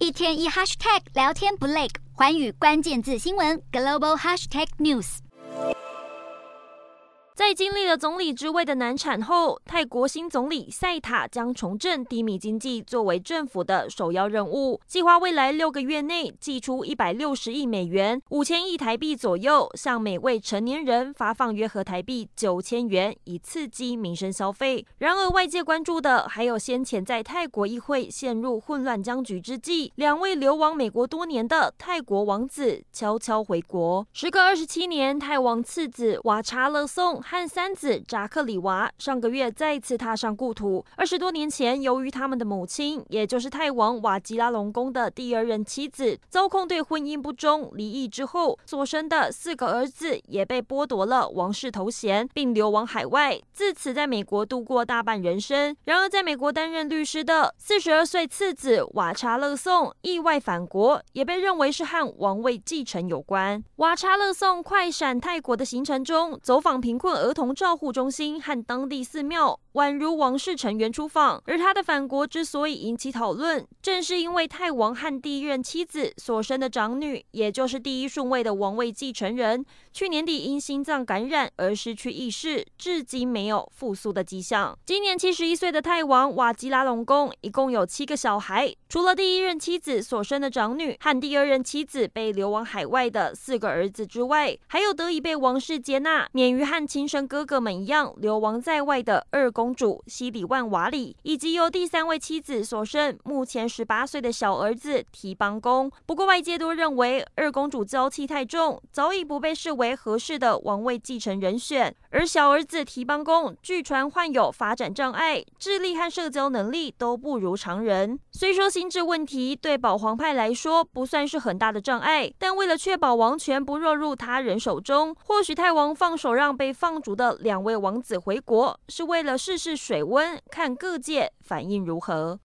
一天一 hashtag 聊天不累，寰宇关键字新闻 global hashtag news。 在经历了总理之位的难产后，泰国新总理赛塔将重振低迷经济作为政府的首要任务，计划未来6个月内祭出160亿美元，5000亿台币左右，向每位成年人发放约合台币9000元，以刺激民生消费。然而，外界关注的还有先前在泰国议会陷入混乱僵局之际，2位流亡美国多年的泰国王子悄悄回国。时隔27年，泰王次子瓦查勒颂和3子扎克里娃上个月再次踏上故土。20多年前，由于他们的母亲，也就是泰王瓦吉拉隆功的第2任妻子遭控对婚姻不忠离异之后，所生的4个儿子也被剥夺了王室头衔，并流亡海外，自此在美国度过大半人生。然而，在美国担任律师的42岁次子瓦查勒颂意外返国，也被认为是和王位继承有关。瓦查勒颂快闪泰国的行程中，走访贫困儿童照护中心和当地寺庙，宛如王室成员出访。而他的返国之所以引起讨论，正是因为泰王和第1任妻子所生的长女，也就是第1顺位的王位继承人，去年底因心脏感染而失去意识，至今没有复苏的迹象。今年71岁的泰王瓦吉拉隆功一共有7个小孩，除了第1任妻子所生的长女和第2任妻子被流亡海外的4个儿子之外，还有得以被王室接纳，免于和亲生哥哥们一样流亡在外的2公主西里万瓦里，以及由第3位妻子所生目前18岁的小儿子提邦公。不过外界都认为2公主娇气太重，早已不被视为合适的王位继承人选。而小儿子提邦公据传患有发展障碍，智力和社交能力都不如常人。虽说心智问题对保皇派来说不算是很大的障碍，但为了确保王权不落入他人手中，或许泰王放手让被放逐的2位王子回国，是为了试试水温，看各界反应如何。